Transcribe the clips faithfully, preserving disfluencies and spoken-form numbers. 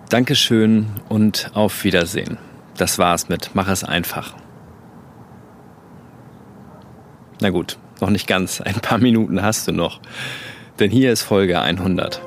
Dankeschön und auf Wiedersehen. Das war's mit Mach es einfach. Na gut, noch nicht ganz. Ein paar Minuten hast du noch. Denn hier ist Folge hundert.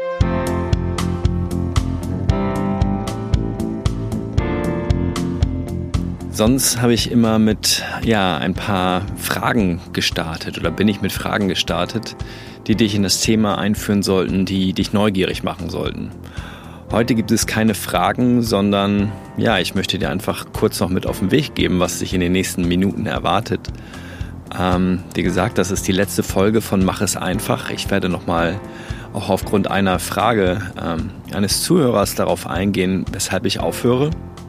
Sonst habe ich immer mit ja, ein paar Fragen gestartet oder bin ich mit Fragen gestartet, die dich in das Thema einführen sollten, die dich neugierig machen sollten. Heute gibt es keine Fragen, sondern ja, ich möchte dir einfach kurz noch mit auf den Weg geben, was dich in den nächsten Minuten erwartet. Ähm, wie gesagt, das ist die letzte Folge von Mach es einfach. Ich werde nochmal auch aufgrund einer Frage ähm, eines Zuhörers darauf eingehen, weshalb ich aufhöre.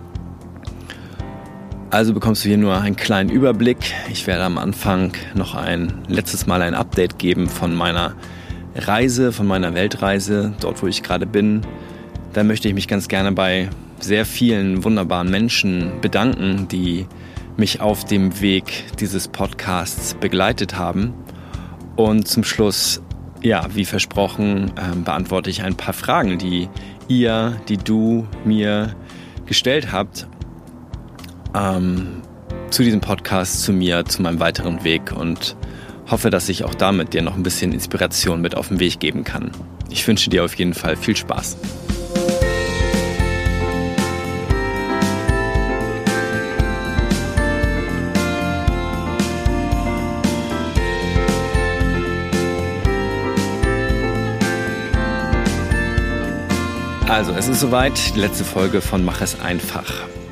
Also bekommst du hier nur einen kleinen Überblick. Ich werde am Anfang noch ein letztes Mal ein Update geben von meiner Reise, von meiner Weltreise, dort wo ich gerade bin. Dann möchte ich mich ganz gerne bei sehr vielen wunderbaren Menschen bedanken, die mich auf dem Weg dieses Podcasts begleitet haben. Und zum Schluss, ja, wie versprochen, äh, beantworte ich ein paar Fragen, die ihr, die du mir gestellt habt, ähm, zu diesem Podcast, zu mir, zu meinem weiteren Weg und hoffe, dass ich auch damit dir noch ein bisschen Inspiration mit auf den Weg geben kann. Ich wünsche dir auf jeden Fall viel Spaß. Also, es ist soweit, die letzte Folge von Mach es einfach.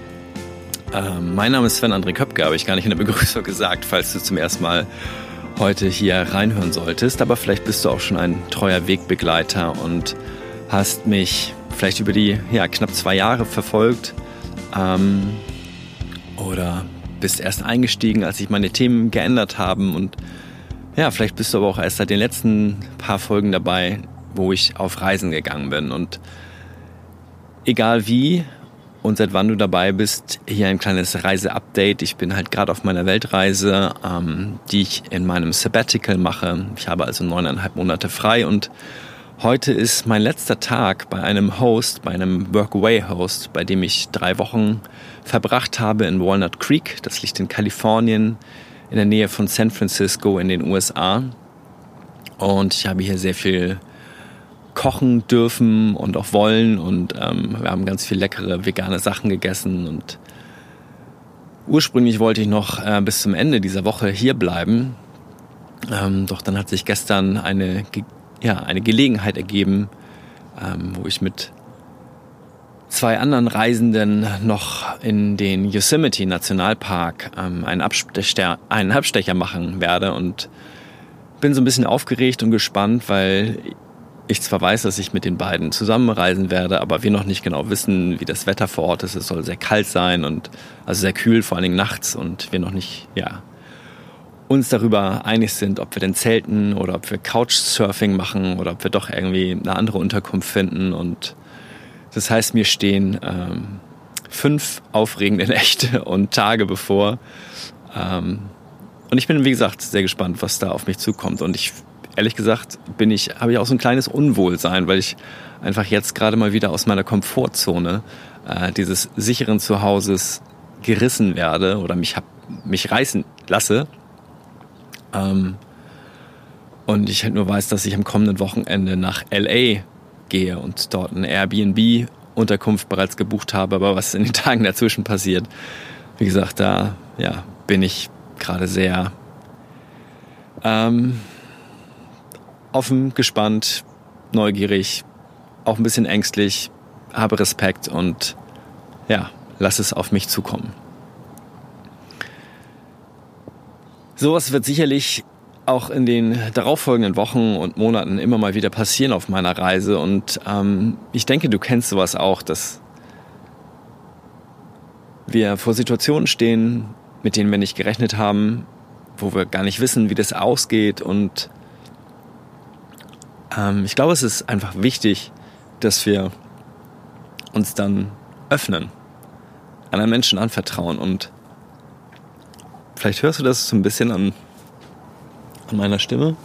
Ähm, mein Name ist Sven André Köpke, habe ich gar nicht in der Begrüßung gesagt, falls du zum ersten Mal heute hier reinhören solltest. Aber vielleicht bist du auch schon ein treuer Wegbegleiter und hast mich vielleicht über die ja, knapp zwei Jahre verfolgt. Ähm, oder bist erst eingestiegen, als sich meine Themen geändert haben. Und ja, vielleicht bist du aber auch erst seit den letzten paar Folgen dabei, wo ich auf Reisen gegangen bin. Und egal wie und seit wann du dabei bist, hier ein kleines Reise-Update. Ich bin halt gerade auf meiner Weltreise, ähm, die ich in meinem Sabbatical mache. Ich habe also neuneinhalb Monate frei und heute ist mein letzter Tag bei einem Host, bei einem Workaway-Host, bei dem ich drei Wochen verbracht habe in Walnut Creek. Das liegt in Kalifornien, in der Nähe von San Francisco in den U S A. Und ich habe hier sehr viel kochen dürfen und auch wollen und ähm, wir haben ganz viel leckere vegane Sachen gegessen und ursprünglich wollte ich noch äh, bis zum Ende dieser Woche hier bleiben, ähm, doch dann hat sich gestern eine, ja, eine Gelegenheit ergeben, ähm, wo ich mit zwei anderen Reisenden noch in den Yosemite Nationalpark ähm, einen, Abstecher, einen Abstecher machen werde und bin so ein bisschen aufgeregt und gespannt, weil ich zwar weiß, dass ich mit den beiden zusammenreisen werde, aber wir noch nicht genau wissen, wie das Wetter vor Ort ist. Es soll sehr kalt sein und also sehr kühl, vor allen Dingen nachts, und wir noch nicht ja, uns darüber einig sind, ob wir denn zelten oder ob wir Couchsurfing machen oder ob wir doch irgendwie eine andere Unterkunft finden. Und das heißt, mir stehen ähm, fünf aufregende Nächte und Tage bevor. Ähm, und ich bin, wie gesagt, sehr gespannt, was da auf mich zukommt. Und ich Ehrlich gesagt bin ich, habe ich auch so ein kleines Unwohlsein, weil ich einfach jetzt gerade mal wieder aus meiner Komfortzone äh, dieses sicheren Zuhauses gerissen werde oder mich, hab, mich reißen lasse. Ähm, und ich halt nur weiß, dass ich am kommenden Wochenende nach L A gehe und dort eine Airbnb-Unterkunft bereits gebucht habe. Aber was in den Tagen dazwischen passiert, wie gesagt, da ja, bin ich gerade sehr Ähm, offen, gespannt, neugierig, auch ein bisschen ängstlich, habe Respekt und ja, lass es auf mich zukommen. Sowas wird sicherlich auch in den darauffolgenden Wochen und Monaten immer mal wieder passieren auf meiner Reise und ähm, ich denke, du kennst sowas auch, dass wir vor Situationen stehen, mit denen wir nicht gerechnet haben, wo wir gar nicht wissen, wie das ausgeht und ich glaube, es ist einfach wichtig, dass wir uns dann öffnen, anderen Menschen anvertrauen. Und vielleicht hörst du das so ein bisschen an, an meiner Stimme,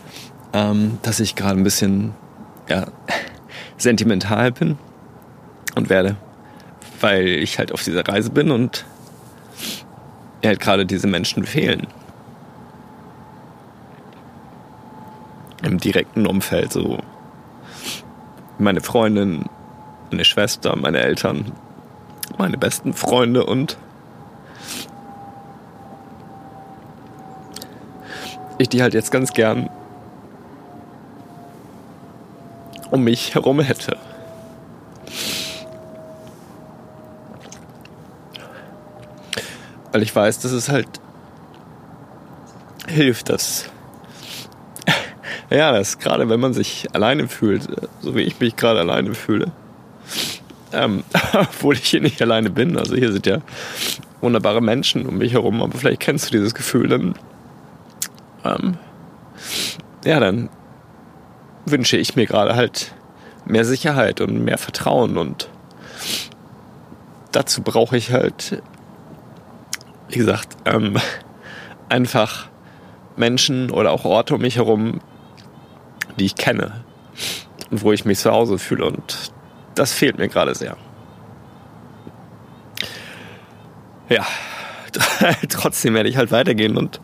ähm, dass ich gerade ein bisschen ja, sentimental bin. wütend werde, weil ich halt auf dieser Reise bin und mir halt gerade diese Menschen fehlen. Im direkten Umfeld, so meine Freundin, meine Schwester, meine Eltern, meine besten Freunde und ich die halt jetzt ganz gern um mich herum hätte. Weil ich weiß, dass es halt hilft, dass ja, dass gerade wenn man sich alleine fühlt, so wie ich mich gerade alleine fühle, ähm, obwohl ich hier nicht alleine bin, also hier sind ja wunderbare Menschen um mich herum, aber vielleicht kennst du dieses Gefühl, dann ähm, ja, dann wünsche ich mir gerade halt mehr Sicherheit und mehr Vertrauen und dazu brauche ich halt, wie gesagt, ähm, einfach Menschen oder auch Orte um mich herum, die ich kenne und wo ich mich zu Hause fühle und das fehlt mir gerade sehr. Ja, trotzdem werde ich halt weitergehen und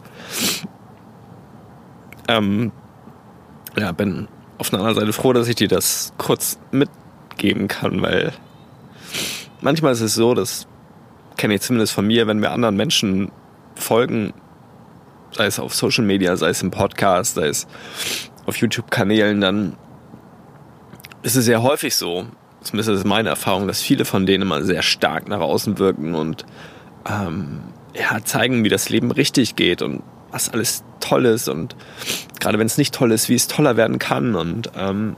ähm, ja, bin auf der anderen Seite froh, dass ich dir das kurz mitgeben kann, weil manchmal ist es so, das kenne ich zumindest von mir, wenn wir anderen Menschen folgen, sei es auf Social Media, sei es im Podcast, sei es auf YouTube-Kanälen, dann ist es sehr häufig so, zumindest ist es meine Erfahrung, dass viele von denen immer sehr stark nach außen wirken und ähm, ja, zeigen, wie das Leben richtig geht und was alles toll ist und gerade wenn es nicht toll ist, wie es toller werden kann und ähm,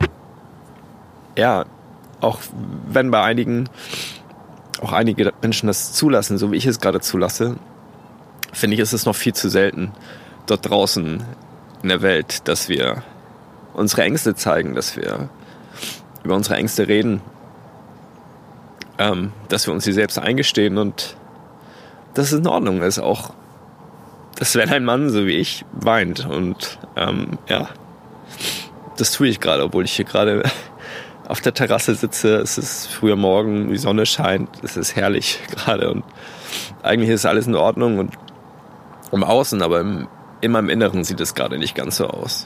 ja, auch wenn bei einigen auch einige Menschen das zulassen, so wie ich es gerade zulasse, finde ich, ist es noch viel zu selten dort draußen in der Welt, dass wir unsere Ängste zeigen, dass wir über unsere Ängste reden, ähm, dass wir uns die selbst eingestehen und dass es in Ordnung ist, auch dass wenn ein Mann, so wie ich, weint und ähm, ja, das tue ich gerade, obwohl ich hier gerade auf der Terrasse sitze, es ist früher Morgen, die Sonne scheint, es ist herrlich gerade und eigentlich ist alles in Ordnung und im Außen, aber im, in meinem Inneren sieht es gerade nicht ganz so aus.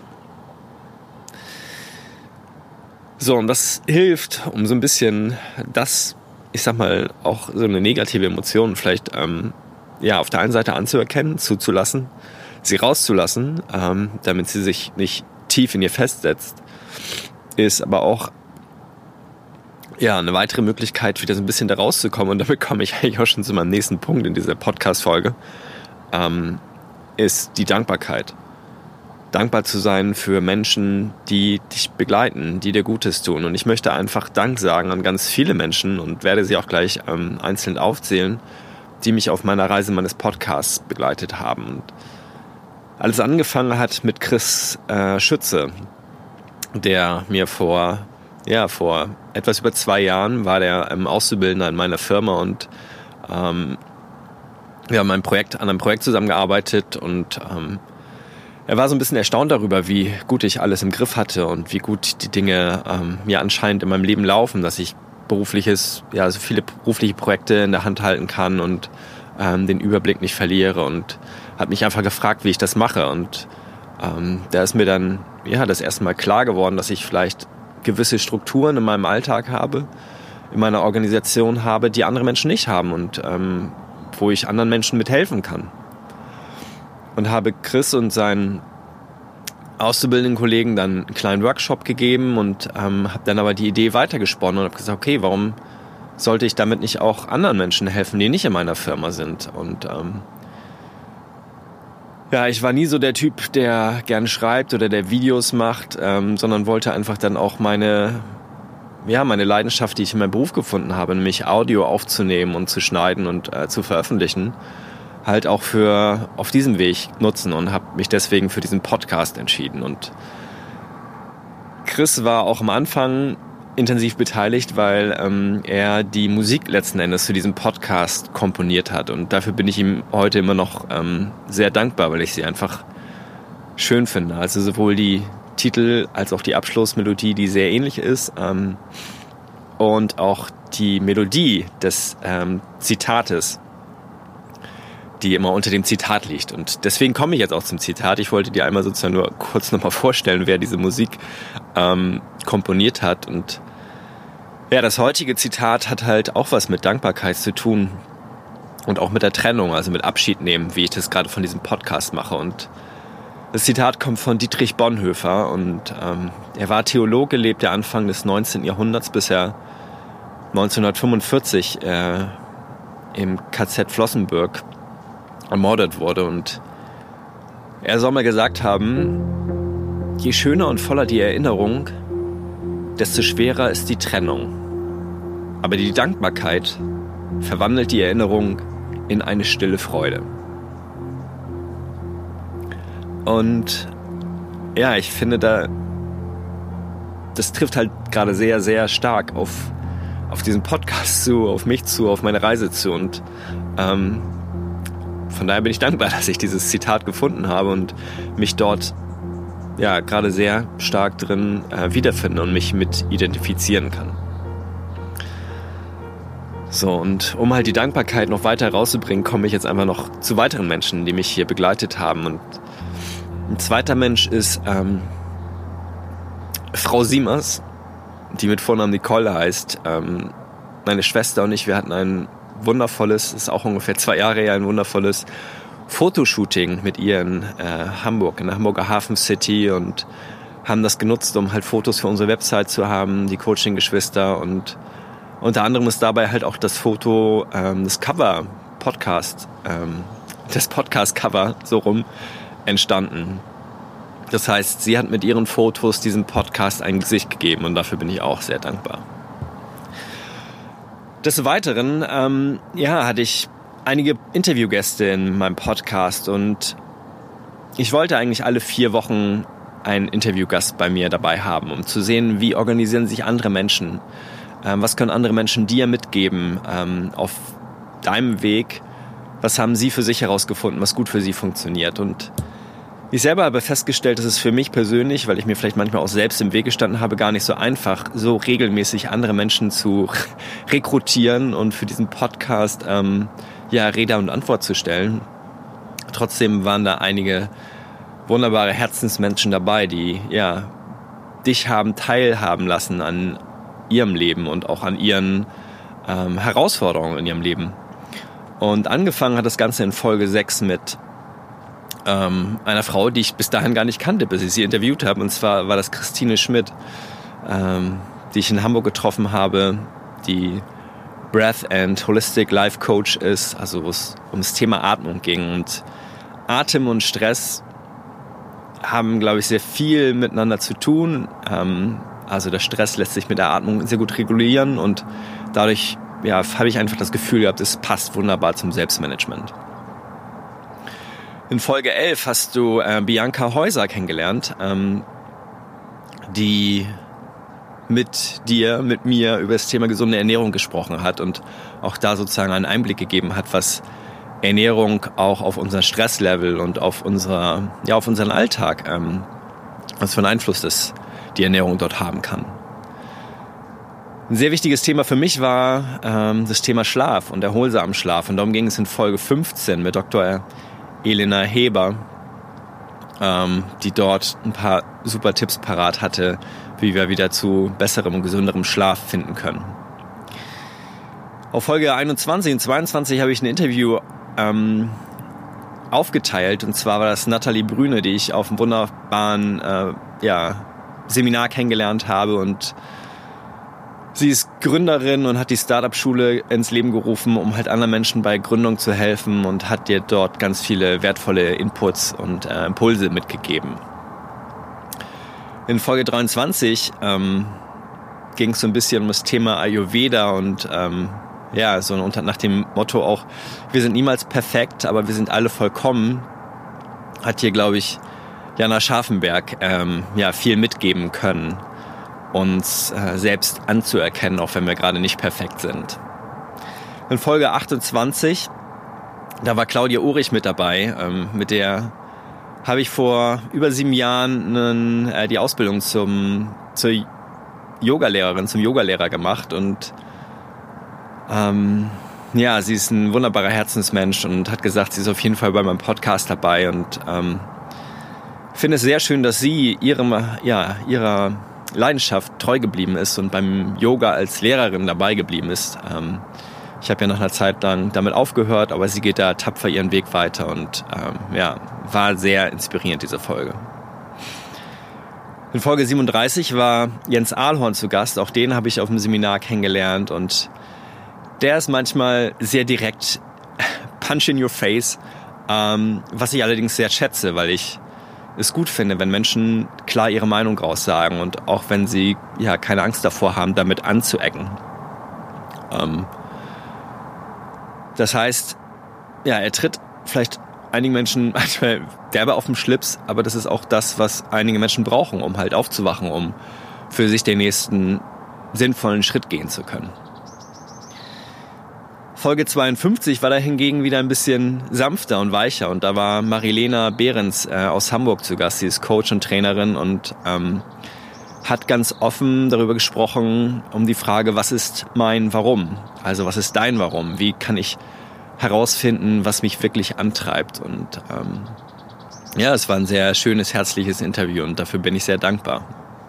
So, und das hilft, um so ein bisschen das, ich sag mal, auch so eine negative Emotion vielleicht ähm, ja, auf der einen Seite anzuerkennen, zuzulassen, sie rauszulassen, ähm, damit sie sich nicht tief in ihr festsetzt, ist aber auch ja, eine weitere Möglichkeit, wieder so ein bisschen da rauszukommen. Und damit komme ich eigentlich auch schon zu meinem nächsten Punkt in dieser Podcast-Folge, ähm, ist die Dankbarkeit. Dankbar zu sein für Menschen, die dich begleiten, die dir Gutes tun. Und ich möchte einfach Dank sagen an ganz viele Menschen und werde sie auch gleich ähm, einzeln aufzählen, die mich auf meiner Reise meines Podcasts begleitet haben. Und alles angefangen hat mit Chris äh, Schütze, der mir vor, ja, vor etwas über zwei Jahren war der ähm, Auszubildender in meiner Firma und ähm, wir haben ein Projekt, an einem Projekt zusammengearbeitet und ähm, er war so ein bisschen erstaunt darüber, wie gut ich alles im Griff hatte und wie gut die Dinge ähm, ja anscheinend in meinem Leben laufen, dass ich berufliches, ja, so viele berufliche Projekte in der Hand halten kann und ähm, den Überblick nicht verliere und hat mich einfach gefragt, wie ich das mache und ähm, da ist mir dann ja das erste Mal klar geworden, dass ich vielleicht gewisse Strukturen in meinem Alltag habe, in meiner Organisation habe, die andere Menschen nicht haben und ähm, wo ich anderen Menschen mithelfen kann. Und habe Chris und seinen auszubildenden Kollegen dann einen kleinen Workshop gegeben und ähm, habe dann aber die Idee weitergesponnen und habe gesagt, okay, warum sollte ich damit nicht auch anderen Menschen helfen, die nicht in meiner Firma sind? Und ähm, ja, ich war nie so der Typ, der gern schreibt oder der Videos macht, ähm, sondern wollte einfach dann auch meine, ja, meine Leidenschaft, die ich in meinem Beruf gefunden habe, nämlich Audio aufzunehmen und zu schneiden und äh, zu veröffentlichen, halt auch für auf diesem Weg nutzen und habe mich deswegen für diesen Podcast entschieden. Und Chris war auch am Anfang intensiv beteiligt, weil ähm, er die Musik letzten Endes zu diesem Podcast komponiert hat. Und dafür bin ich ihm heute immer noch ähm, sehr dankbar, weil ich sie einfach schön finde. Also sowohl die Titel als auch die Abschlussmelodie, die sehr ähnlich ist. Ähm, und auch die Melodie des ähm, Zitates, die immer unter dem Zitat liegt. Und deswegen komme ich jetzt auch zum Zitat. Ich wollte dir einmal sozusagen nur kurz nochmal vorstellen, wer diese Musik ähm, komponiert hat. Und ja, das heutige Zitat hat halt auch was mit Dankbarkeit zu tun und auch mit der Trennung, also mit Abschied nehmen, wie ich das gerade von diesem Podcast mache. Und das Zitat kommt von Dietrich Bonhoeffer und ähm, er war Theologe, lebte Anfang des neunzehnten Jahrhunderts, bis er neunzehnhundertfünfundvierzig äh, im K Z Flossenbürg ermordet wurde. Und er soll mal gesagt haben, je schöner und voller die Erinnerung, desto schwerer ist die Trennung. Aber die Dankbarkeit verwandelt die Erinnerung in eine stille Freude. Und ja, ich finde, da das trifft halt gerade sehr, sehr stark auf, auf diesen Podcast zu, auf mich zu, auf meine Reise zu. Und ähm, von daher bin ich dankbar, dass ich dieses Zitat gefunden habe und mich dort ja gerade sehr stark drin äh, wiederfinde und mich mit identifizieren kann. So, und um halt die Dankbarkeit noch weiter rauszubringen, komme ich jetzt einfach noch zu weiteren Menschen, die mich hier begleitet haben. Und ein zweiter Mensch ist ähm, Frau Siemers, die mit Vornamen Nicole heißt. Ähm, meine Schwester und ich, wir hatten ein wundervolles, ist auch ungefähr zwei Jahre her, ein wundervolles Fotoshooting mit ihr in äh, Hamburg, in der Hamburger Hafen City, und haben das genutzt, um halt Fotos für unsere Website zu haben, die Coaching-Geschwister, und unter anderem ist dabei halt auch das Foto, ähm, das Cover, Podcast, ähm, das Podcast-Cover so rum entstanden. Das heißt, sie hat mit ihren Fotos diesem Podcast ein Gesicht gegeben und dafür bin ich auch sehr dankbar. Des Weiteren, ähm, ja, hatte ich einige Interviewgäste in meinem Podcast und ich wollte eigentlich alle vier Wochen einen Interviewgast bei mir dabei haben, um zu sehen, wie organisieren sich andere Menschen, ähm, was können andere Menschen dir mitgeben ähm, auf deinem Weg, was haben sie für sich herausgefunden, was gut für sie funktioniert. Und ich selber habe festgestellt, dass es für mich persönlich, weil ich mir vielleicht manchmal auch selbst im Weg gestanden habe, gar nicht so einfach, so regelmäßig andere Menschen zu rekrutieren und für diesen Podcast ähm, ja, Rede und Antwort zu stellen. Trotzdem waren da einige wunderbare Herzensmenschen dabei, die ja dich haben teilhaben lassen an ihrem Leben und auch an ihren ähm, Herausforderungen in ihrem Leben. Und angefangen hat das Ganze in Folge sechs mit ähm, einer Frau, die ich bis dahin gar nicht kannte, bis ich sie interviewt habe. Und zwar war das Christine Schmidt, ähm, die ich in Hamburg getroffen habe, die Breath and Holistic Life Coach ist, also wo es ums Thema Atmung ging. Und Atem und Stress haben, glaube ich, sehr viel miteinander zu tun. Ähm, also der Stress lässt sich mit der Atmung sehr gut regulieren und dadurch ja, habe ich einfach das Gefühl gehabt, es passt wunderbar zum Selbstmanagement. In Folge elf hast du äh, Bianca Häuser kennengelernt, ähm, die mit dir, mit mir über das Thema gesunde Ernährung gesprochen hat und auch da sozusagen einen Einblick gegeben hat, was Ernährung auch auf unser Stresslevel und auf, unserer, ja, auf unseren Alltag, ähm, was für einen Einfluss das, die Ernährung dort haben kann. Ein sehr wichtiges Thema für mich war ähm, das Thema Schlaf und erholsamen Schlaf. Und darum ging es in Folge fünfzehn mit Doktor Elena Heber, ähm, die dort ein paar super Tipps parat hatte, wie wir wieder zu besserem und gesünderem Schlaf finden können. Auf Folge einundzwanzig und zweiundzwanzig habe ich ein Interview ähm, aufgeteilt. Und zwar war das Nathalie Brüne, die ich auf einem wunderbaren äh, ja, Seminar kennengelernt habe. Und sie ist Gründerin und hat die Startup-Schule ins Leben gerufen, um halt anderen Menschen bei Gründung zu helfen, und hat dir dort ganz viele wertvolle Inputs und äh, Impulse mitgegeben. In Folge dreiundzwanzig ähm, ging es so ein bisschen um das Thema Ayurveda und ähm, ja, so unter, nach dem Motto auch, wir sind niemals perfekt, aber wir sind alle vollkommen, hat hier, glaube ich, Jana Scharfenberg ähm, ja, viel mitgeben können, uns äh, selbst anzuerkennen, auch wenn wir gerade nicht perfekt sind. In Folge achtundzwanzig, da war Claudia Urich mit dabei, ähm, mit der habe ich vor über sieben Jahren einen, äh, die Ausbildung zum, zur Yogalehrerin, zum Yogalehrer gemacht und ähm, ja, sie ist ein wunderbarer Herzensmensch und hat gesagt, sie ist auf jeden Fall bei meinem Podcast dabei und ähm, finde es sehr schön, dass sie ihrem, ja, ihrer Leidenschaft treu geblieben ist und beim Yoga als Lehrerin dabei geblieben ist. Ähm, ich habe ja nach einer Zeit lang damit aufgehört, aber sie geht da tapfer ihren Weg weiter und ähm, ja, war sehr inspirierend, diese Folge. In Folge siebenunddreißig war Jens Ahlhorn zu Gast. Auch den habe ich auf dem Seminar kennengelernt und der ist manchmal sehr direkt, punch in your face, ähm, was ich allerdings sehr schätze, weil ich es gut finde, wenn Menschen klar ihre Meinung raussagen und auch wenn sie ja keine Angst davor haben, damit anzuecken. Ähm, das heißt, ja, er tritt vielleicht einigen Menschen manchmal derbe auf den Schlips, aber das ist auch das, was einige Menschen brauchen, um halt aufzuwachen, um für sich den nächsten sinnvollen Schritt gehen zu können. Folge zweiundfünfzig war da hingegen wieder ein bisschen sanfter und weicher und da war Marilena Behrens äh, aus Hamburg zu Gast. Sie ist Coach und Trainerin und ähm, hat ganz offen darüber gesprochen, um die Frage, was ist mein Warum? Also was ist dein Warum? Wie kann ich herausfinden, was mich wirklich antreibt? Und ähm, ja, es war ein sehr schönes, herzliches Interview und dafür bin ich sehr dankbar.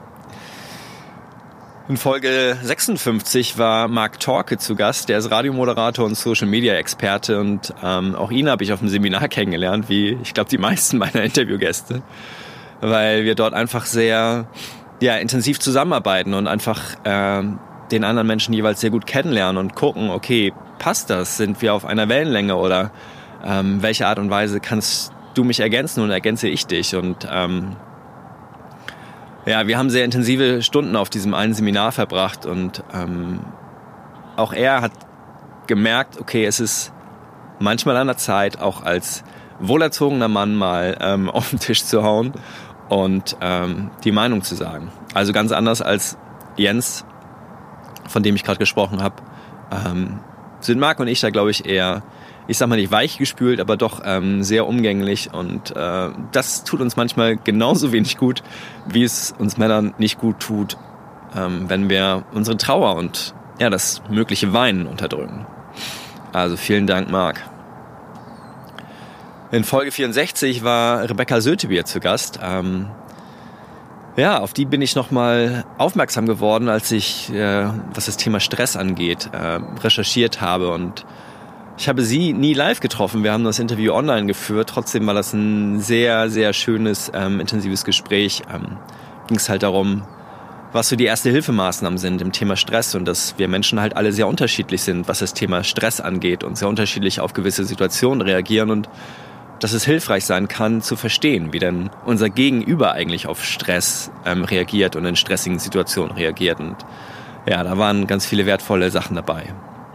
In Folge sechsundfünfzig war Marc Torke zu Gast, der ist Radiomoderator und Social-Media-Experte und ähm, auch ihn habe ich auf dem Seminar kennengelernt, wie ich glaube die meisten meiner Interviewgäste, weil wir dort einfach sehr ja, intensiv zusammenarbeiten und einfach äh, den anderen Menschen jeweils sehr gut kennenlernen und gucken, okay, passt das, sind wir auf einer Wellenlänge oder ähm, welche Art und Weise kannst du mich ergänzen und ergänze ich dich und ähm, ja, wir haben sehr intensive Stunden auf diesem einen Seminar verbracht und ähm, auch er hat gemerkt, okay, es ist manchmal an der Zeit, auch als wohlerzogener Mann mal ähm, auf den Tisch zu hauen und ähm, die Meinung zu sagen. Also ganz anders als Jens, von dem ich gerade gesprochen habe, ähm, sind Marc und ich da, glaube ich, eher, ich sag mal nicht weichgespült, aber doch ähm, sehr umgänglich und äh, das tut uns manchmal genauso wenig gut, wie es uns Männern nicht gut tut, ähm, wenn wir unsere Trauer und ja das mögliche Weinen unterdrücken. Also vielen Dank, Marc. In Folge vierundsechzig war Rebecca Sötebier zu Gast. Ähm, ja, auf die bin ich nochmal aufmerksam geworden, als ich, äh, was das Thema Stress angeht, äh, recherchiert habe und ich habe sie nie live getroffen. Wir haben das Interview online geführt. Trotzdem war das ein sehr, sehr schönes, ähm, intensives Gespräch. Ähm, ging es halt darum, was so die Erste-Hilfemaßnahmen sind im Thema Stress und dass wir Menschen halt alle sehr unterschiedlich sind, was das Thema Stress angeht und sehr unterschiedlich auf gewisse Situationen reagieren und dass es hilfreich sein kann, zu verstehen, wie denn unser Gegenüber eigentlich auf Stress ähm, reagiert und in stressigen Situationen reagiert. Und ja, da waren ganz viele wertvolle Sachen dabei.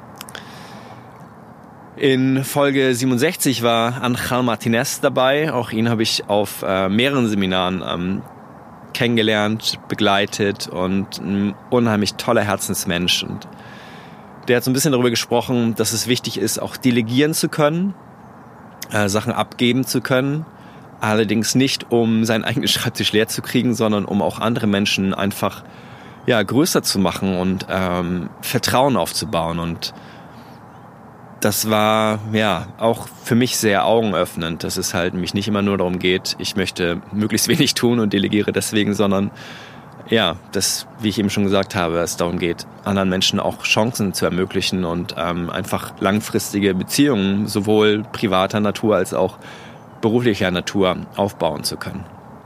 In Folge siebenundsechzig war Angel Martinez dabei. Auch ihn habe ich auf äh, mehreren Seminaren ähm, kennengelernt, begleitet und ein unheimlich toller Herzensmensch. Und der hat so ein bisschen darüber gesprochen, dass es wichtig ist, auch delegieren zu können, äh, Sachen abgeben zu können. Allerdings nicht, um seinen eigenen Schreibtisch leer zu kriegen, sondern um auch andere Menschen einfach ja, größer zu machen und ähm, Vertrauen aufzubauen. Und das war ja auch für mich sehr augenöffnend, dass es halt mich nicht immer nur darum geht, ich möchte möglichst wenig tun und delegiere deswegen, sondern ja, dass, wie ich eben schon gesagt habe, es darum geht, anderen Menschen auch Chancen zu ermöglichen und ähm, einfach langfristige Beziehungen sowohl privater Natur als auch beruflicher Natur aufbauen zu können.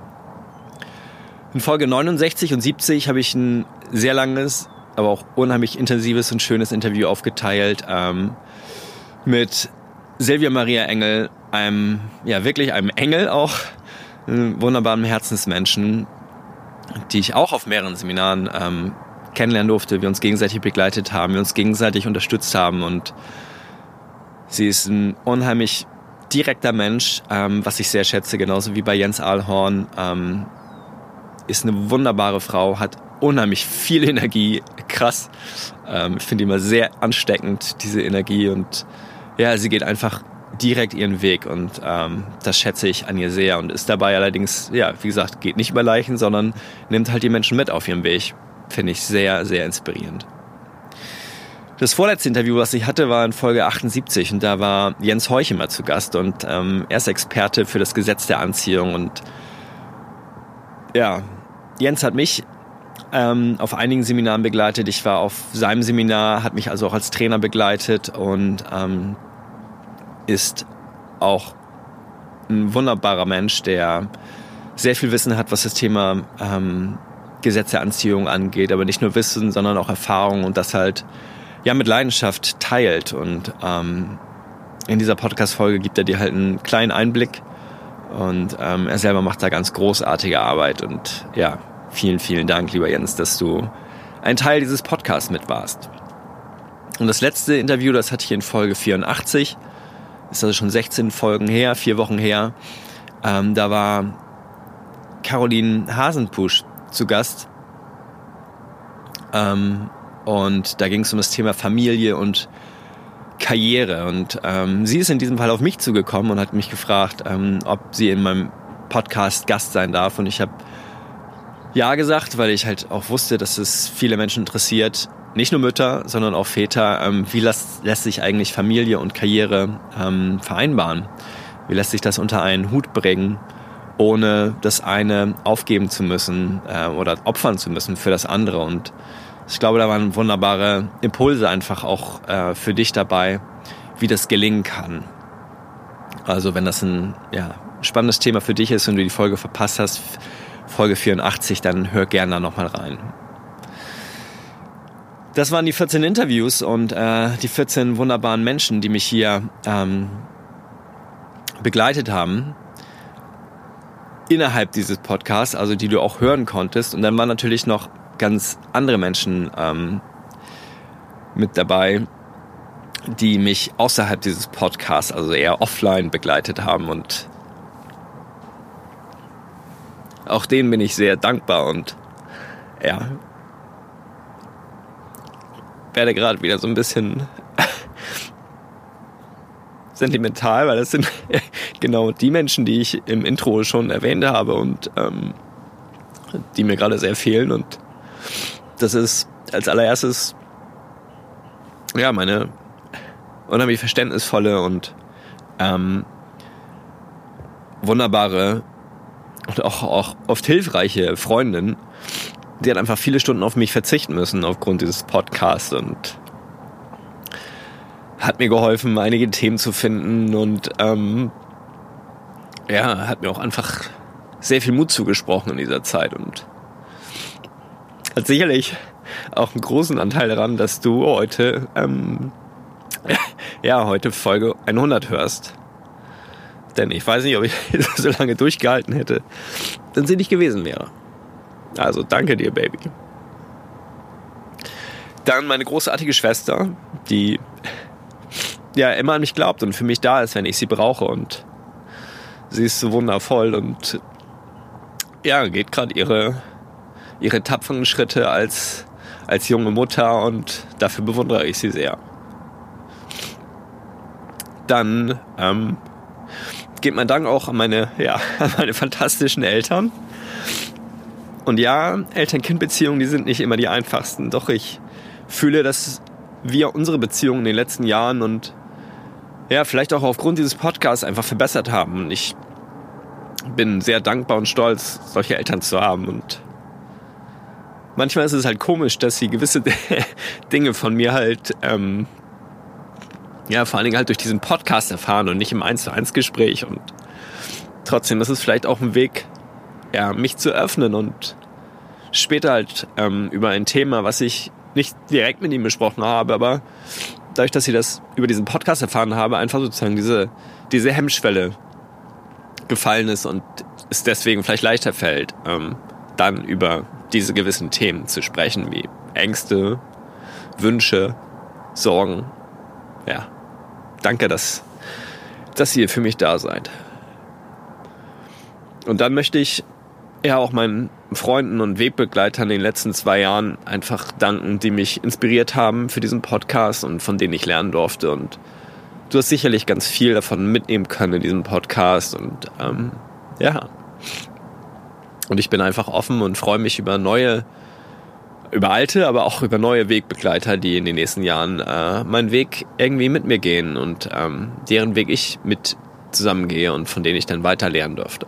In Folge neunundsechzig und siebzig habe ich ein sehr langes, aber auch unheimlich intensives und schönes Interview aufgeteilt ähm, mit Silvia Maria Engel, einem, ja wirklich einem Engel auch, einem wunderbaren Herzensmenschen, die ich auch auf mehreren Seminaren ähm, kennenlernen durfte, wir uns gegenseitig begleitet haben, wir uns gegenseitig unterstützt haben und sie ist ein unheimlich direkter Mensch, ähm, was ich sehr schätze, genauso wie bei Jens Ahlhorn, ähm, ist eine wunderbare Frau, hat unheimlich viel Energie, krass, ähm, ich finde die immer sehr ansteckend, diese Energie und ja, sie geht einfach direkt ihren Weg und ähm, das schätze ich an ihr sehr und ist dabei allerdings, ja, wie gesagt, geht nicht über Leichen, sondern nimmt halt die Menschen mit auf ihrem Weg finde ich sehr, sehr inspirierend. Das vorletzte Interview, was ich hatte, war in Folge achtundsiebzig und da war Jens Heuchemer zu Gast und ähm, er ist Experte für das Gesetz der Anziehung und ja, Jens hat mich ähm, auf einigen Seminaren begleitet. Ich war auf seinem Seminar, hat mich also auch als Trainer begleitet und ähm, ist auch ein wunderbarer Mensch, der sehr viel Wissen hat, was das Thema ähm, Gesetz der Anziehung angeht, aber nicht nur Wissen, sondern auch Erfahrung und das halt ja mit Leidenschaft teilt. Und ähm, in dieser Podcast-Folge gibt er dir halt einen kleinen Einblick und ähm, er selber macht da ganz großartige Arbeit. Und ja, vielen, vielen Dank, lieber Jens, dass du ein Teil dieses Podcasts mit warst. Und das letzte Interview, das hatte ich in Folge vierundachtzig, ist also schon sechzehn Folgen her, vier Wochen her. Ähm, da war Caroline Hasenpusch zu Gast. Ähm, Und da ging es um das Thema Familie und Karriere. Und ähm, sie ist in diesem Fall auf mich zugekommen und hat mich gefragt, ähm, ob sie in meinem Podcast Gast sein darf. Und ich habe ja gesagt, weil ich halt auch wusste, dass es viele Menschen interessiert, nicht nur Mütter, sondern auch Väter. Ähm, wie lässt, lässt sich eigentlich Familie und Karriere ähm, vereinbaren? Wie lässt sich das unter einen Hut bringen, ohne das eine aufgeben zu müssen äh, oder opfern zu müssen für das andere? Und ich glaube, da waren wunderbare Impulse einfach auch äh, für dich dabei, wie das gelingen kann. Also wenn das ein ja, spannendes Thema für dich ist und du die Folge verpasst hast, Folge vierundachtzig, dann hör gerne da nochmal rein. Das waren die vierzehn Interviews und äh, die vierzehn wunderbaren Menschen, die mich hier ähm, begleitet haben innerhalb dieses Podcasts, also die du auch hören konntest. Und dann waren natürlich noch ganz andere Menschen ähm, mit dabei, die mich außerhalb dieses Podcasts, also eher offline, begleitet haben. Und auch denen bin ich sehr dankbar und ja, werde gerade wieder so ein bisschen sentimental, weil das sind genau die Menschen, die ich im Intro schon erwähnt habe und ähm, die mir gerade sehr fehlen. Und das ist als allererstes ja meine unheimlich verständnisvolle und ähm, wunderbare und auch, auch oft hilfreiche Freundin, die hat einfach viele Stunden auf mich verzichten müssen aufgrund dieses Podcasts und hat mir geholfen, einige Themen zu finden und ähm, ja, hat mir auch einfach sehr viel Mut zugesprochen in dieser Zeit und hat sicherlich auch einen großen Anteil daran, dass du heute ähm, ja, heute Folge hundert hörst. Denn ich weiß nicht, ob ich so lange durchgehalten hätte, wenn sie nicht gewesen wäre. Also danke dir, Baby. Dann meine großartige Schwester, die ja immer an mich glaubt und für mich da ist, wenn ich sie brauche. Und sie ist so wundervoll und ja, geht gerade ihre, ihre tapferen Schritte als, als junge Mutter und dafür bewundere ich sie sehr. Dann ähm, geht mein Dank auch an meine, ja, an meine fantastischen Eltern. Und ja, Eltern-Kind-Beziehungen, die sind nicht immer die einfachsten. Doch ich fühle, dass wir unsere Beziehungen in den letzten Jahren und ja, vielleicht auch aufgrund dieses Podcasts einfach verbessert haben. Und ich bin sehr dankbar und stolz, solche Eltern zu haben. Und manchmal ist es halt komisch, dass sie gewisse Dinge von mir halt, ähm, ja, vor allen Dingen halt durch diesen Podcast erfahren und nicht im eins zu eins Gespräch. Und trotzdem ist es vielleicht auch ein Weg, ja, mich zu öffnen und später halt ähm, über ein Thema, was ich nicht direkt mit ihm besprochen habe, aber dadurch, dass ich das über diesen Podcast erfahren habe, einfach sozusagen diese, diese Hemmschwelle gefallen ist und es deswegen vielleicht leichter fällt, ähm, dann über diese gewissen Themen zu sprechen, wie Ängste, Wünsche, Sorgen. Ja, danke, dass, dass ihr für mich da seid. Und dann möchte ich ja auch meinen Freunden und Wegbegleitern in den letzten zwei Jahren einfach danken, die mich inspiriert haben für diesen Podcast und von denen ich lernen durfte. Und du hast sicherlich ganz viel davon mitnehmen können in diesem Podcast. Und ähm, ja, und ich bin einfach offen und freue mich über neue, über alte, aber auch über neue Wegbegleiter, die in den nächsten Jahren äh, meinen Weg irgendwie mit mir gehen und ähm, deren Weg ich mit zusammengehe und von denen ich dann weiter lernen dürfte.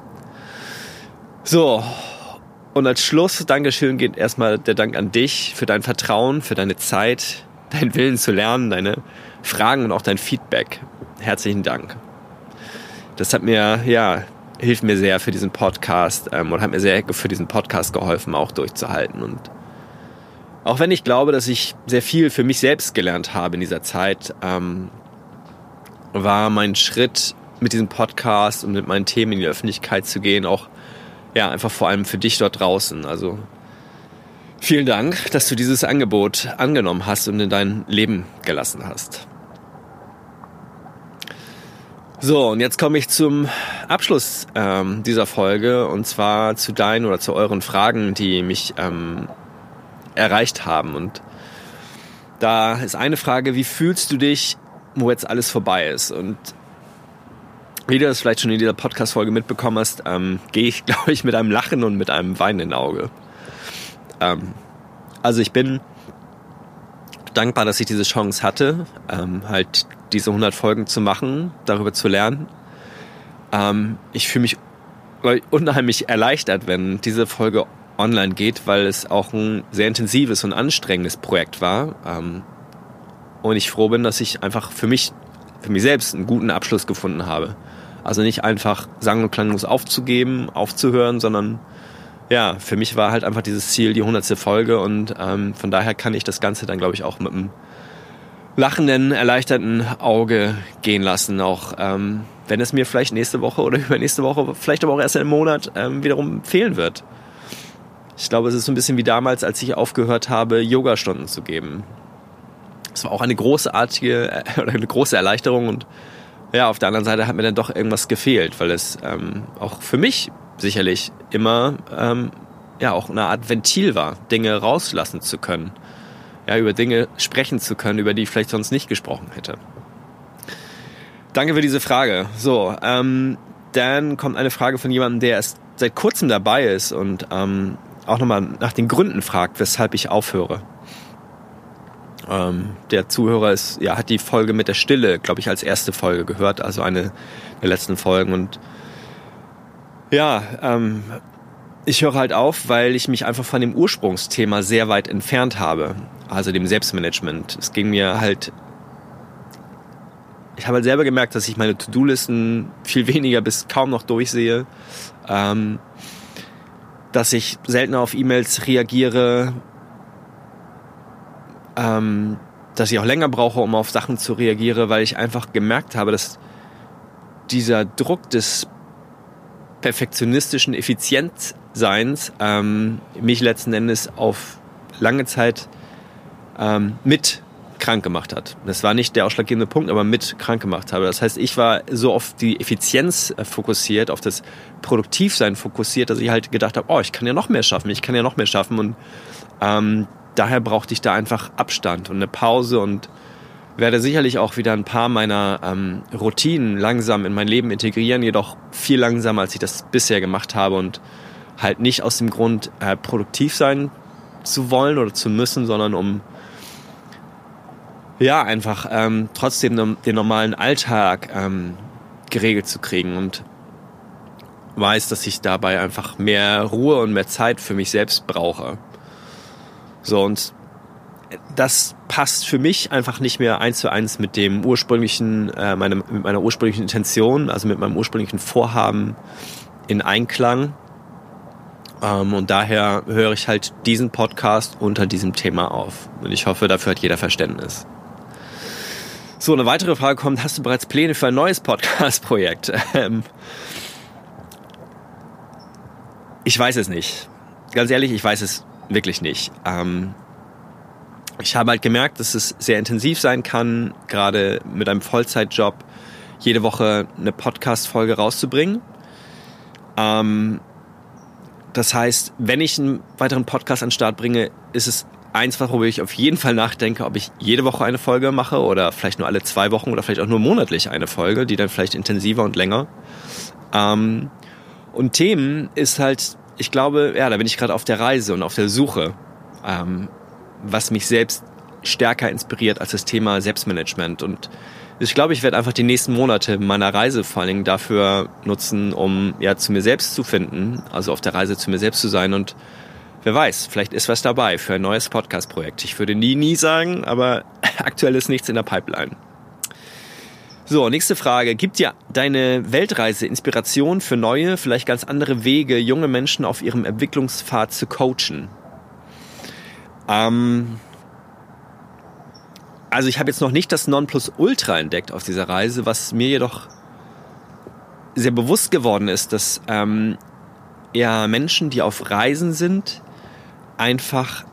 So, und als Schluss, Dankeschön, geht erstmal der Dank an dich für dein Vertrauen, für deine Zeit, deinen Willen zu lernen, deine Fragen und auch dein Feedback. Herzlichen Dank. Das hat mir, ja, hilft mir sehr für diesen Podcast ähm, und hat mir sehr für diesen Podcast geholfen, auch durchzuhalten. Und auch wenn ich glaube, dass ich sehr viel für mich selbst gelernt habe in dieser Zeit, ähm, war mein Schritt mit diesem Podcast und mit meinen Themen in die Öffentlichkeit zu gehen auch ja einfach vor allem für dich dort draußen. Also vielen Dank, dass du dieses Angebot angenommen hast und in dein Leben gelassen hast. So, und jetzt komme ich zum Abschluss ähm, dieser Folge und zwar zu deinen oder zu euren Fragen, die mich ähm, erreicht haben. Und da ist eine Frage: Wie fühlst du dich, wo jetzt alles vorbei ist? Und wie du das vielleicht schon in dieser Podcast-Folge mitbekommen hast, ähm, gehe ich, glaube ich, mit einem Lachen und mit einem weinenden Auge. Ähm, also ich bin dankbar, dass ich diese Chance hatte, ähm, halt diese hundert Folgen zu machen, darüber zu lernen. Ähm, ich fühle mich unheimlich erleichtert, wenn diese Folge online geht, weil es auch ein sehr intensives und anstrengendes Projekt war. Ähm, und ich froh bin, dass ich einfach für mich, für mich selbst einen guten Abschluss gefunden habe. Also nicht einfach sang- und klanglos aufzugeben, aufzuhören, sondern ja, für mich war halt einfach dieses Ziel die hundertste Folge und ähm, von daher kann ich das Ganze dann, glaube ich, auch mit einem lachenden, erleichterten Auge gehen lassen, auch ähm, wenn es mir vielleicht nächste Woche oder übernächste Woche, vielleicht aber auch erst in einem Monat ähm, wiederum fehlen wird. Ich glaube, es ist so ein bisschen wie damals, als ich aufgehört habe, Yoga-Stunden zu geben. Es war auch eine großartige oder eine große Erleichterung und ja, auf der anderen Seite hat mir dann doch irgendwas gefehlt, weil es ähm, auch für mich sicherlich immer ähm, ja auch eine Art Ventil war, Dinge rauslassen zu können, ja, über Dinge sprechen zu können, über die ich vielleicht sonst nicht gesprochen hätte. Danke für diese Frage. So, ähm, dann kommt eine Frage von jemandem, der erst seit kurzem dabei ist und ähm, auch nochmal nach den Gründen fragt, weshalb ich aufhöre. Ähm, der Zuhörer ist, ja, hat die Folge mit der Stille, glaube ich, als erste Folge gehört, also eine der letzten Folgen. Und ja, ähm, ich höre halt auf, weil ich mich einfach von dem Ursprungsthema sehr weit entfernt habe, also dem Selbstmanagement. Es ging mir halt, ich habe halt selber gemerkt, dass ich meine To-Do-Listen viel weniger bis kaum noch durchsehe, ähm, dass ich seltener auf E-Mails reagiere, ähm, dass ich auch länger brauche, um auf Sachen zu reagieren, weil ich einfach gemerkt habe, dass dieser Druck des perfektionistischen Effizienzseins ähm, mich letzten Endes auf lange Zeit ähm, mit krank gemacht hat. Das war nicht der ausschlaggebende Punkt, aber mit krank gemacht habe. Das heißt, ich war so auf die Effizienz fokussiert, auf das Produktivsein fokussiert, dass ich halt gedacht habe, oh, ich kann ja noch mehr schaffen, ich kann ja noch mehr schaffen und ähm, daher brauchte ich da einfach Abstand und eine Pause und werde sicherlich auch wieder ein paar meiner ähm, Routinen langsam in mein Leben integrieren, jedoch viel langsamer, als ich das bisher gemacht habe und halt nicht aus dem Grund, äh, produktiv sein zu wollen oder zu müssen, sondern um ja einfach ähm, trotzdem den normalen Alltag ähm, geregelt zu kriegen und weiß, dass ich dabei einfach mehr Ruhe und mehr Zeit für mich selbst brauche. So, und das passt für mich einfach nicht mehr eins zu eins mit dem ursprünglichen, äh, meine, mit meiner ursprünglichen Intention, also mit meinem ursprünglichen Vorhaben in Einklang. Ähm, und daher höre ich halt diesen Podcast unter diesem Thema auf. Und ich hoffe, dafür hat jeder Verständnis. So, eine weitere Frage kommt: Hast du bereits Pläne für ein neues Podcast-Projekt? Ähm, ich weiß es nicht. Ganz ehrlich, ich weiß es wirklich nicht. Ähm, ich habe halt gemerkt, dass es sehr intensiv sein kann, gerade mit einem Vollzeitjob jede Woche eine Podcast-Folge rauszubringen. Ähm, das heißt, wenn ich einen weiteren Podcast an den Start bringe, ist es eins, worüber ich auf jeden Fall nachdenke, ob ich jede Woche eine Folge mache oder vielleicht nur alle zwei Wochen oder vielleicht auch nur monatlich eine Folge, die dann vielleicht intensiver und länger. Ähm, und Themen ist halt, ich glaube, ja, da bin ich gerade auf der Reise und auf der Suche. ähm, was mich selbst stärker inspiriert als das Thema Selbstmanagement. Und ich glaube, ich werde einfach die nächsten Monate meiner Reise vor allen Dingen dafür nutzen, um ja zu mir selbst zu finden, also auf der Reise zu mir selbst zu sein. Und wer weiß, vielleicht ist was dabei für ein neues Podcast-Projekt. Ich würde nie, nie sagen, aber aktuell ist nichts in der Pipeline. So, nächste Frage. Gibt dir deine Weltreise Inspiration für neue, vielleicht ganz andere Wege, junge Menschen auf ihrem Entwicklungspfad zu coachen? Ähm, also ich habe jetzt noch nicht das Nonplusultra entdeckt auf dieser Reise, was mir jedoch sehr bewusst geworden ist, dass ähm, ja Menschen, die auf Reisen sind, einfach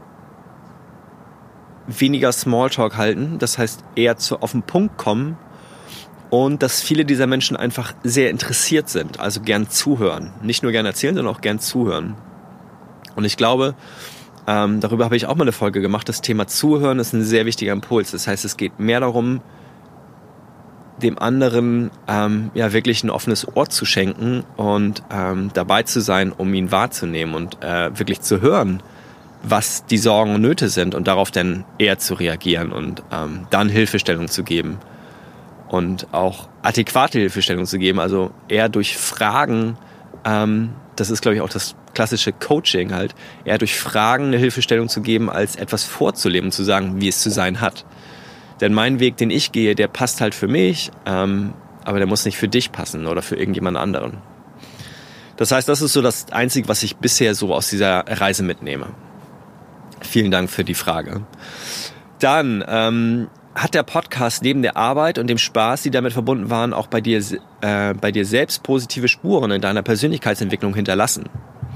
weniger Smalltalk halten, das heißt eher zu, auf den Punkt kommen und dass viele dieser Menschen einfach sehr interessiert sind, also gern zuhören. Nicht nur gern erzählen, sondern auch gern zuhören. Und ich glaube, ähm, darüber habe ich auch mal eine Folge gemacht, das Thema Zuhören ist ein sehr wichtiger Impuls. Das heißt, es geht mehr darum, dem anderen ähm, ja wirklich ein offenes Ohr zu schenken und ähm, dabei zu sein, um ihn wahrzunehmen und äh, wirklich zu hören, was die Sorgen und Nöte sind und darauf dann eher zu reagieren und ähm, dann Hilfestellung zu geben und auch adäquate Hilfestellung zu geben, also eher durch Fragen, ähm, das ist glaube ich auch das klassische Coaching halt, eher durch Fragen eine Hilfestellung zu geben, als etwas vorzuleben und zu sagen, wie es zu sein hat. Denn mein Weg, den ich gehe, der passt halt für mich, ähm, aber der muss nicht für dich passen oder für irgendjemand anderen. Das heißt, das ist so das Einzige, was ich bisher so aus dieser Reise mitnehme. Vielen Dank für die Frage. Dann ähm, hat der Podcast neben der Arbeit und dem Spaß, die damit verbunden waren, auch bei dir, äh, bei dir selbst positive Spuren in deiner Persönlichkeitsentwicklung hinterlassen?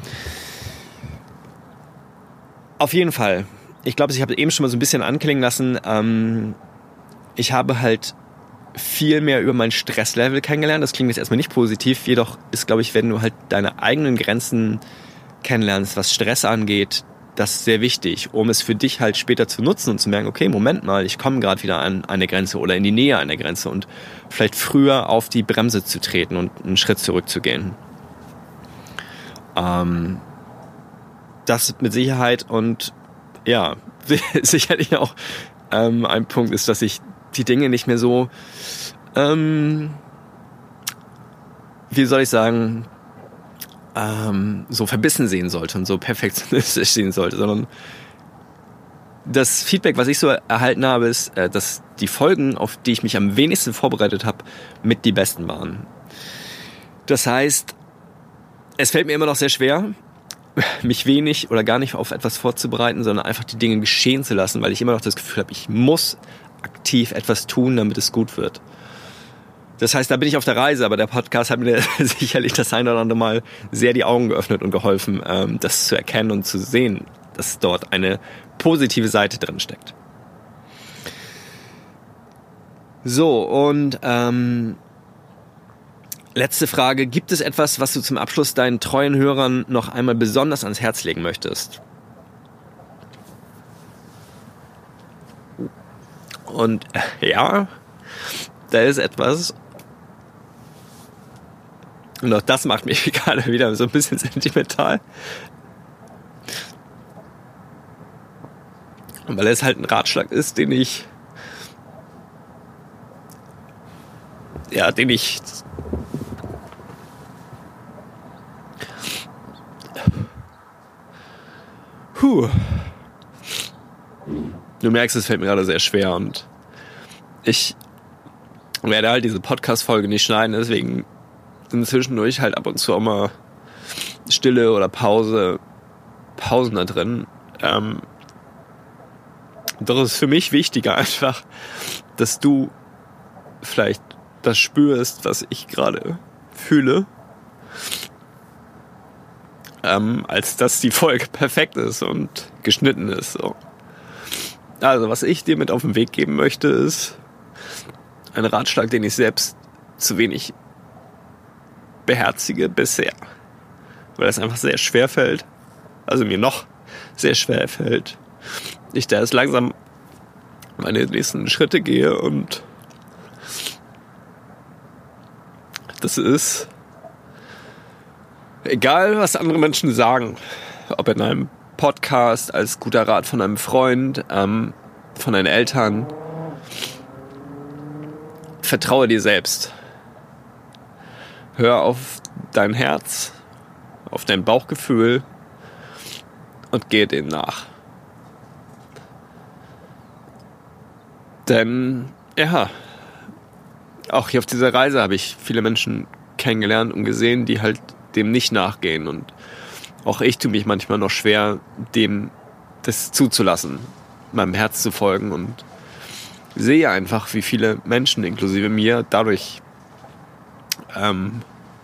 Auf jeden Fall. Ich glaube, ich habe eben schon mal so ein bisschen anklingen lassen. Ähm, ich habe halt viel mehr über mein Stresslevel kennengelernt. Das klingt jetzt erstmal nicht positiv. Jedoch ist, glaube ich, wenn du halt deine eigenen Grenzen kennenlernst, was Stress angeht, das ist sehr wichtig, um es für dich halt später zu nutzen und zu merken, okay, Moment mal, ich komme gerade wieder an eine Grenze oder in die Nähe einer Grenze und vielleicht früher auf die Bremse zu treten und einen Schritt zurückzugehen. Ähm, das mit Sicherheit und ja, sicherlich auch ähm, ein Punkt ist, dass ich die Dinge nicht mehr so, ähm, wie soll ich sagen, ähm, so verbissen sehen sollte und so perfektionistisch sehen sollte, sondern das Feedback, was ich so erhalten habe, ist, äh, dass die Folgen, auf die ich mich am wenigsten vorbereitet habe, mit die besten waren. Das heißt, es fällt mir immer noch sehr schwer, mich wenig oder gar nicht auf etwas vorzubereiten, sondern einfach die Dinge geschehen zu lassen, weil ich immer noch das Gefühl habe, ich muss aktiv etwas tun, damit es gut wird. Das heißt, da bin ich auf der Reise, aber der Podcast hat mir sicherlich das eine oder andere Mal sehr die Augen geöffnet und geholfen, ähm, das zu erkennen und zu sehen, dass dort eine positive Seite drin steckt. So, und ähm, letzte Frage. Gibt es etwas, was du zum Abschluss deinen treuen Hörern noch einmal besonders ans Herz legen möchtest? Und äh, ja, da ist etwas. Und auch das macht mich gerade wieder so ein bisschen sentimental. Und weil es halt ein Ratschlag ist, den ich ja, den ich Puh. Du merkst, es fällt mir gerade sehr schwer und ich werde halt diese Podcast-Folge nicht schneiden, deswegen sind zwischendurch halt ab und zu auch mal Stille oder Pause, Pausen da drin. Ähm, doch es ist für mich wichtiger einfach, dass du vielleicht das spürst, was ich gerade fühle, ähm, als dass die Folge perfekt ist und geschnitten ist. So. Also was ich dir mit auf den Weg geben möchte, ist ein Ratschlag, den ich selbst zu wenig beherzige bisher, weil es einfach sehr schwer fällt, also mir noch sehr schwer fällt, ich da jetzt langsam meine nächsten Schritte gehe und das ist egal, was andere Menschen sagen, ob in einem Podcast, als guter Rat von einem Freund, ähm, von deinen Eltern. Vertraue dir selbst. Hör auf dein Herz, auf dein Bauchgefühl und gehe dem nach. Denn, ja, auch hier auf dieser Reise habe ich viele Menschen kennengelernt und gesehen, die halt dem nicht nachgehen. Und auch ich tue mich manchmal noch schwer, dem das zuzulassen, meinem Herz zu folgen, und sehe einfach, wie viele Menschen, inklusive mir, dadurch ähm,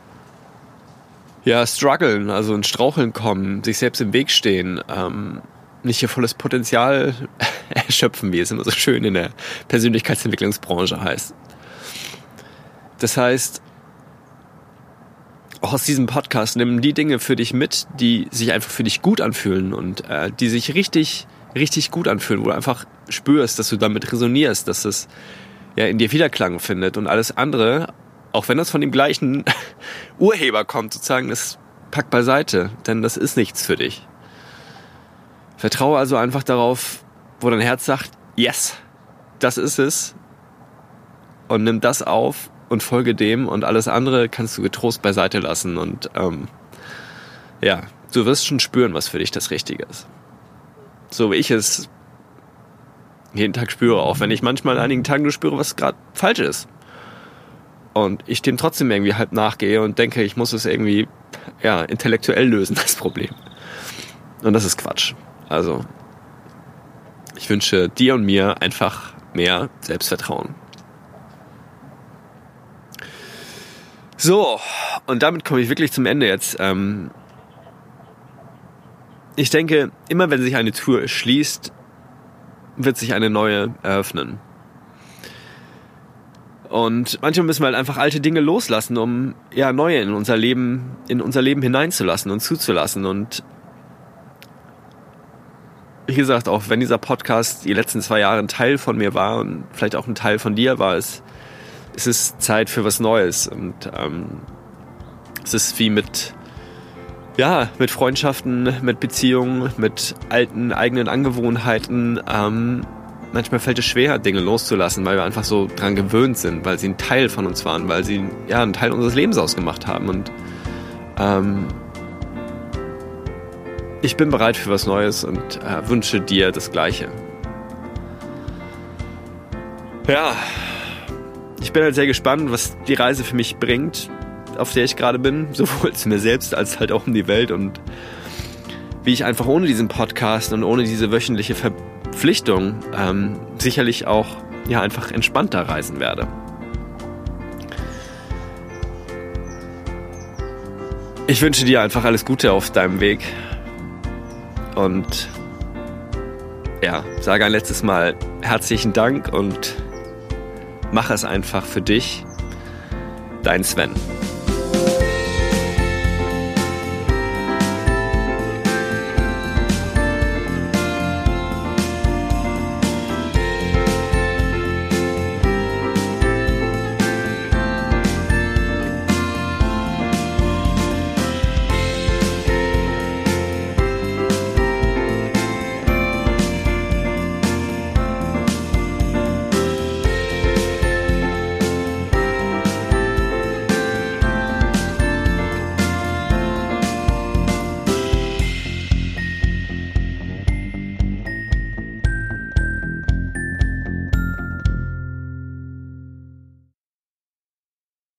ja, strugglen, also in Straucheln kommen, sich selbst im Weg stehen, ähm, nicht ihr volles Potenzial erschöpfen, wie es immer so schön in der Persönlichkeitsentwicklungsbranche heißt. Das heißt, auch aus diesem Podcast nimm die Dinge für dich mit, die sich einfach für dich gut anfühlen und äh, die sich richtig, richtig gut anfühlen, wo du einfach spürst, dass du damit resonierst, dass es ja in dir Widerklang findet, und alles andere, auch wenn das von dem gleichen Urheber kommt, sozusagen, das pack beiseite, denn das ist nichts für dich. Vertraue also einfach darauf, wo dein Herz sagt, yes, das ist es, und nimm das auf und folge dem, und alles andere kannst du getrost beiseite lassen, und ähm, ja, du wirst schon spüren, was für dich das Richtige ist. So wie ich es jeden Tag spüre, auch wenn ich manchmal an einigen Tagen nur spüre, was gerade falsch ist. Und ich dem trotzdem irgendwie halb nachgehe und denke, ich muss es irgendwie ja, intellektuell lösen, das Problem. Und das ist Quatsch. Also, ich wünsche dir und mir einfach mehr Selbstvertrauen. So, und damit komme ich wirklich zum Ende jetzt. Ähm, ich denke, immer wenn sich eine Tür schließt, wird sich eine neue eröffnen. Und manchmal müssen wir halt einfach alte Dinge loslassen, um ja neue in unser Leben, in unser Leben hineinzulassen und zuzulassen. Und wie gesagt, auch wenn dieser Podcast die letzten zwei Jahre ein Teil von mir war und vielleicht auch ein Teil von dir war, es, es ist Zeit für was Neues. Und ähm, es ist wie mit, ja, mit Freundschaften, mit Beziehungen, mit alten eigenen Angewohnheiten. Ähm, manchmal fällt es schwer, Dinge loszulassen, weil wir einfach so dran gewöhnt sind, weil sie ein Teil von uns waren, weil sie ja einen Teil unseres Lebens ausgemacht haben. Und ähm, ich bin bereit für was Neues und äh, wünsche dir das Gleiche. Ja, ich bin halt sehr gespannt, was die Reise für mich bringt, auf der ich gerade bin, sowohl zu mir selbst als halt auch um die Welt, und wie ich einfach ohne diesen Podcast und ohne diese wöchentliche Verpflichtung ähm, sicherlich auch ja einfach entspannter reisen werde. Ich wünsche dir einfach alles Gute auf deinem Weg und ja, sage ein letztes Mal herzlichen Dank und mach es einfach für dich. Dein Sven.